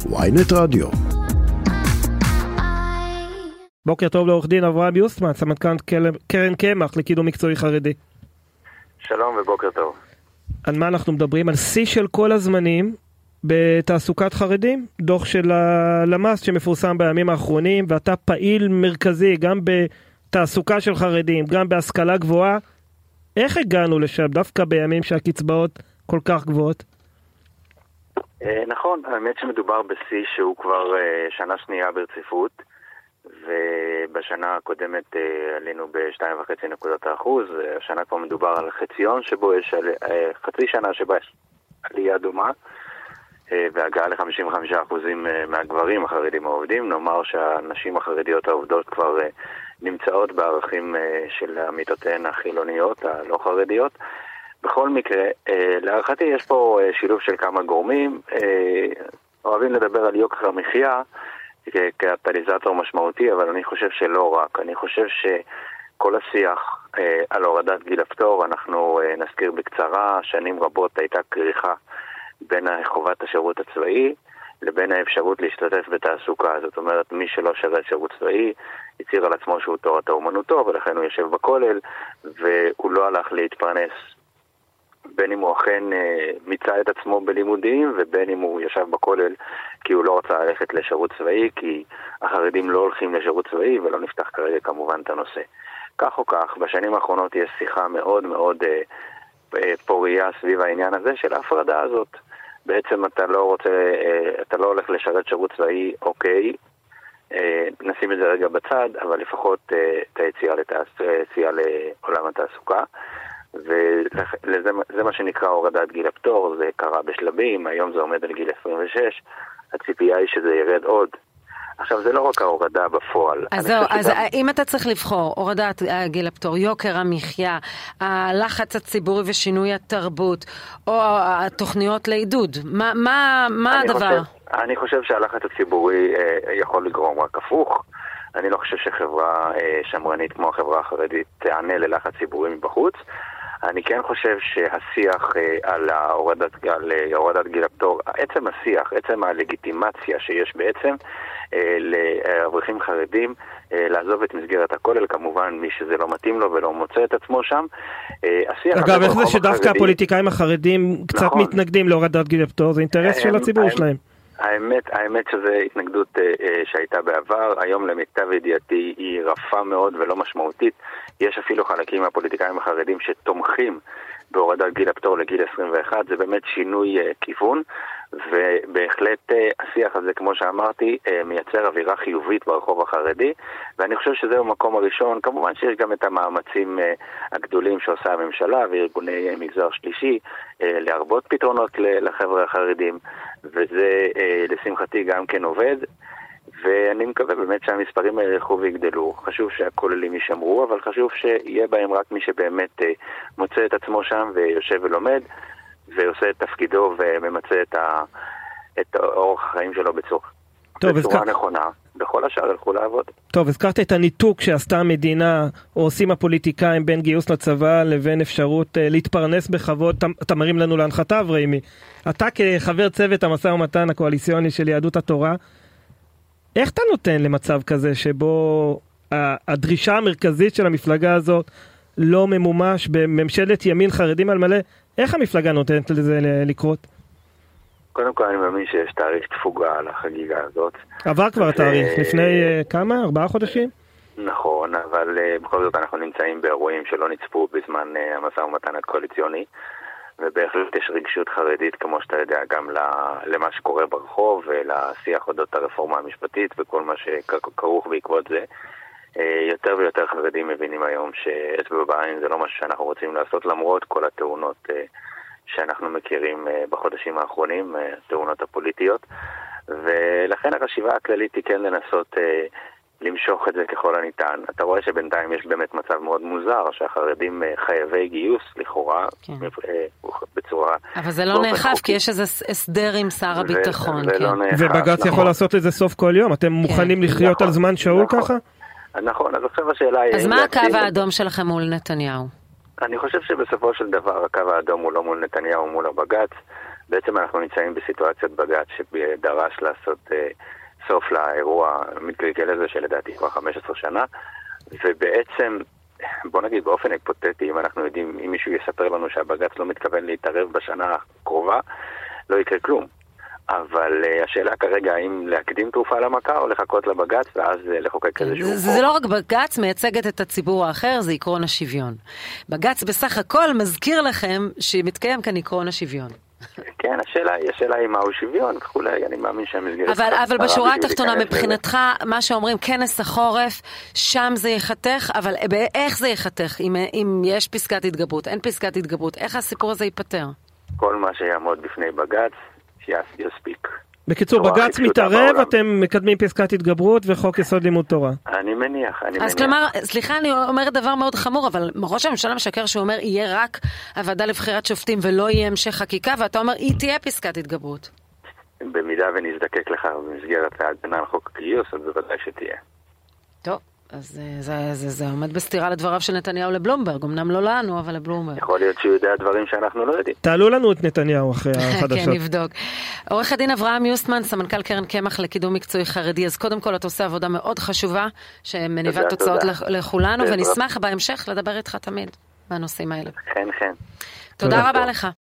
ynet רדיו. בוקר טוב לעורך דין אברהם יוסטמן, סמנכ"ל קרן קמח לקידום מקצועי חרדי. שלום ובוקר טוב. על מה אנחנו מדברים? על שיא של כל הזמנים בתעסוקת חרדים, דוח של הלמ"ס שמפורסם בימים האחרונים, ואתה פעיל מרכזי גם בתעסוקה של חרדים, גם בהשכלה גבוהה. איך הגענו לשם דווקא בימים שהקצבאות כל כך גבוהות? נכון, האמת שמדובר בשיא שהוא כבר שנה שנייה ברציפות, ובשנה הקודמת עלינו ב-2.5%. השנה כבר מדובר על חציון שבו יש חצי שנה שבה יש עלייה דומה, והגעה ל-55% מהגברים החרדים העובדים. נאמר שהנשים החרדיות העובדות כבר נמצאות בערכים של עמיתותיהן החילוניות, הלא חרדיות. בכל מקרה, להערכתי יש פה שילוב של כמה גורמים. אוהבים לדבר על יוקר המחיה כקטליזטור משמעותי, אבל אני חושב שלא רק. אני חושב שכל השיח על הורדת גיל הפטור, אנחנו נזכיר בקצרה, שנים רבות הייתה כריכה בין חובת השירות הצבאי לבין האפשרות להשתתף בתעסוקה. זאת אומרת, מי שלא שרת שירות צבאי הצהיר על עצמו שהוא תורתו אומנותו, ולכן הוא יושב בכולל והוא לא הלך להתפרנס, בין אם הוא אכן מיצה את עצמו בלימודים, ובין אם הוא ישב בכולל כי הוא לא רצה ללכת לשירות צבאי, כי החרדים לא הולכים לשירות צבאי, ולא נפתח כרגע כמובן את הנושא. כך או כך, בשנים האחרונות יש שיחה מאוד מאוד פוריה סביב העניין הזה של ההפרדה הזאת. בעצם אתה לא הולך לשרת שירות צבאי, אוקיי, נשים את זה רגע בצד, אבל לפחות את היציאה לעולם התעסוקה. וזה מה שנקרא הורדת גיל הפטור. זה קרה בשלבים, היום זה עומד על גיל 26, הציפייה היא שזה ירד עוד. עכשיו, זה לא רק ההורדה בפועל. אז אם אתה צריך לבחור הורדת גיל הפטור, יוקר המחיה, הלחץ הציבורי ושינוי התרבות, או התוכניות לעידוד, מה הדבר? אני חושב שהלחץ הציבורי יכול לגרום רק הפוך. אני לא חושב שחברה שמרנית כמו החברה החרדית תענה ללחץ ציבורי מבחוץ. אני כן חושב שהשיח על הורדת גיל הפטור, עצם השיח, עצם הלגיטימציה שיש בעצם לאברכים חרדים לעזוב את מסגרת הכולל, כמובן מי שזה לא מתאים לו ולא מוצא את עצמו שם. אגב, איך זה שדווקא הפוליטיקאים החרדים קצת מתנגדים להורדת גיל הפטור? זה אינטרס של הציבור שלהם. האמת שזו התנגדות שהייתה בעבר. היום למיטב ידיעתי היא רפה מאוד ולא משמעותית. יש אפילו חלקים מהפוליטיקאים החרדים שתומכים בהורדת גיל הפטור לגיל 21. זה באמת שינוי כיוון, ובהחלט השיח הזה, כמו שאמרתי, מייצר אווירה חיובית ברחוב החרדי, ואני חושב שזהו המקום הראשון. כמובן שיש גם את המאמצים הגדולים שעושה הממשלה וארגוני מגזר שלישי להרבות פתרונות לחבר'ה החרדים, וזה לשמחתי גם כן עובד, ואני מקווה באמת שהמספרים האלה ילכו ויגדלו. חשוב שהכוללים יישמרו, אבל חשוב שיהיה בהם רק מי שבאמת מוצא את עצמו שם ויושב ולומד ועושה את תפקידו וממצא את אורח החיים שלו בצורה נכונה. בכל השאר הלכו לעבוד. טוב, הזכרת את הניתוק שעשתה המדינה או עושים הפוליטיקאים בין גיוס לצבא לבין אפשרות להתפרנס בכבוד. אתה מרים לנו להנחתה, אברהימי. אתה כחבר צוות המשא ומתן הקואליציוני של יהדות התורה, איך אתה נותן למצב כזה שבו הדרישה המרכזית של המפלגה הזאת לא ממומש בממשלת ימין חרדים על מלא? איך המפלגה נותנת לזה לקרות? קודם כל אני מאמין שיש תאריך תפוגה לחגיגה הזאת. עבר כבר התאריך, לפני כמה? 4 חודשים? נכון, אבל בכל זאת אנחנו נמצאים באירועים שלא נצפו בזמן המשא ומתן הקואליציוני, ובהחלט יש רגשות חרדית, כמו שאתה יודע, גם למה שקורה ברחוב ולשיח אודות הרפורמה המשפטית וכל מה שכרוך בעקבות זה. יותר ויותר חרדים מבינים היום שאצבע בעין זה לא משהו שאנחנו רוצים לעשות, למרות כל התאונות שאנחנו מכירים בחודשים האחרונים, התאונות הפוליטיות, ולכן החשיבה הכללית היא כן לנסות למשוך את זה ככל הניתן. אתה רואה שבינתיים יש באמת מצב מאוד מוזר, שהחרדים חייבי גיוס לכאורה, בצורה... אבל זה לא נאכף, כי יש איזה הסדר עם שר הביטחון. ובג"ץ יכול לעשות את זה סוף כל יום. אתם מוכנים לחיות על זמן שאול ככה? נכון, אז עכשיו השאלה היא... אז מה הקו האדום שלכם מול נתניהו? אני חושב שבסופו של דבר הקו האדום הוא לא מול נתניהו, מול הבג"ץ. בעצם אנחנו נמצאים בסיטואציית בג"ץ שדרש לעשות סוף לאירוע המתגלגל הזה שלדעתי כבר 15 שנה, ובעצם, בוא נגיד באופן היפותטי, אם אנחנו יודעים, אם מישהו יספר לנו שהבג"ץ לא מתכוון להתערב בשנה הקרובה, לא יקרה כלום. אבל השאלה כרגע האם להקדים תרופה למכה או לחכות לבג"ץ ואז לחוקק איזשהו חוק. זה לא רק בג"ץ מייצגת את הציבור האחר, זה עקרון השוויון. בג"ץ בסך הכל מזכיר לכם שמתקיים כאן עקרון השוויון. כן, השאלה היא מהו שוויון וכולי, אני מאמין שהמסגרת... אבל בשורה התחתונה מבחינתך, מה שאומרים כנס החורף, שם זה יחתך, אבל איך זה יחתך? אם יש פסקת התגברות, אין פסקת התגברות, איך הסיפור הזה ייפטר? כל מה שיעמוד בפני בג"ץ יספיק. בקיצור, בג"ץ מתערב, אתם מקדמים פסקת התגברות וחוק יסוד לימוד תורה. אני מניח. אז כלומר, סליחה, אני אומרת דבר מאוד חמור, אבל ראש הממשלה משקר שהוא אומר, יהיה רק הוועדה לבחירת שופטים ולא יהיה המשך חקיקה, ואתה אומר, היא תהיה פסקת התגברות. במידה ונזדקק לך במסגרת ההגנה על חוק הגיוס, אז בוודאי שתהיה. טוב. אז זה עומד בסתירה לדבריו של נתניהו לבלומברג, אמנם לא לנו, אבל לבלומברג. יכול להיות שהוא יודע דברים שאנחנו לא יודעים. תעלו לנו את נתניהו אחרי החדשות. כן, נבדוק. עורך הדין אברהם יוסטמן, סמנכ"ל קרן קמח לקידום מקצועי חרדי, אז קודם כל אתה עושה עבודה מאוד חשובה, שמניבה תוצאות לכולנו, ונשמח בהמשך לדבר איתך תמיד בנושאים האלה. כן. תודה רבה לך.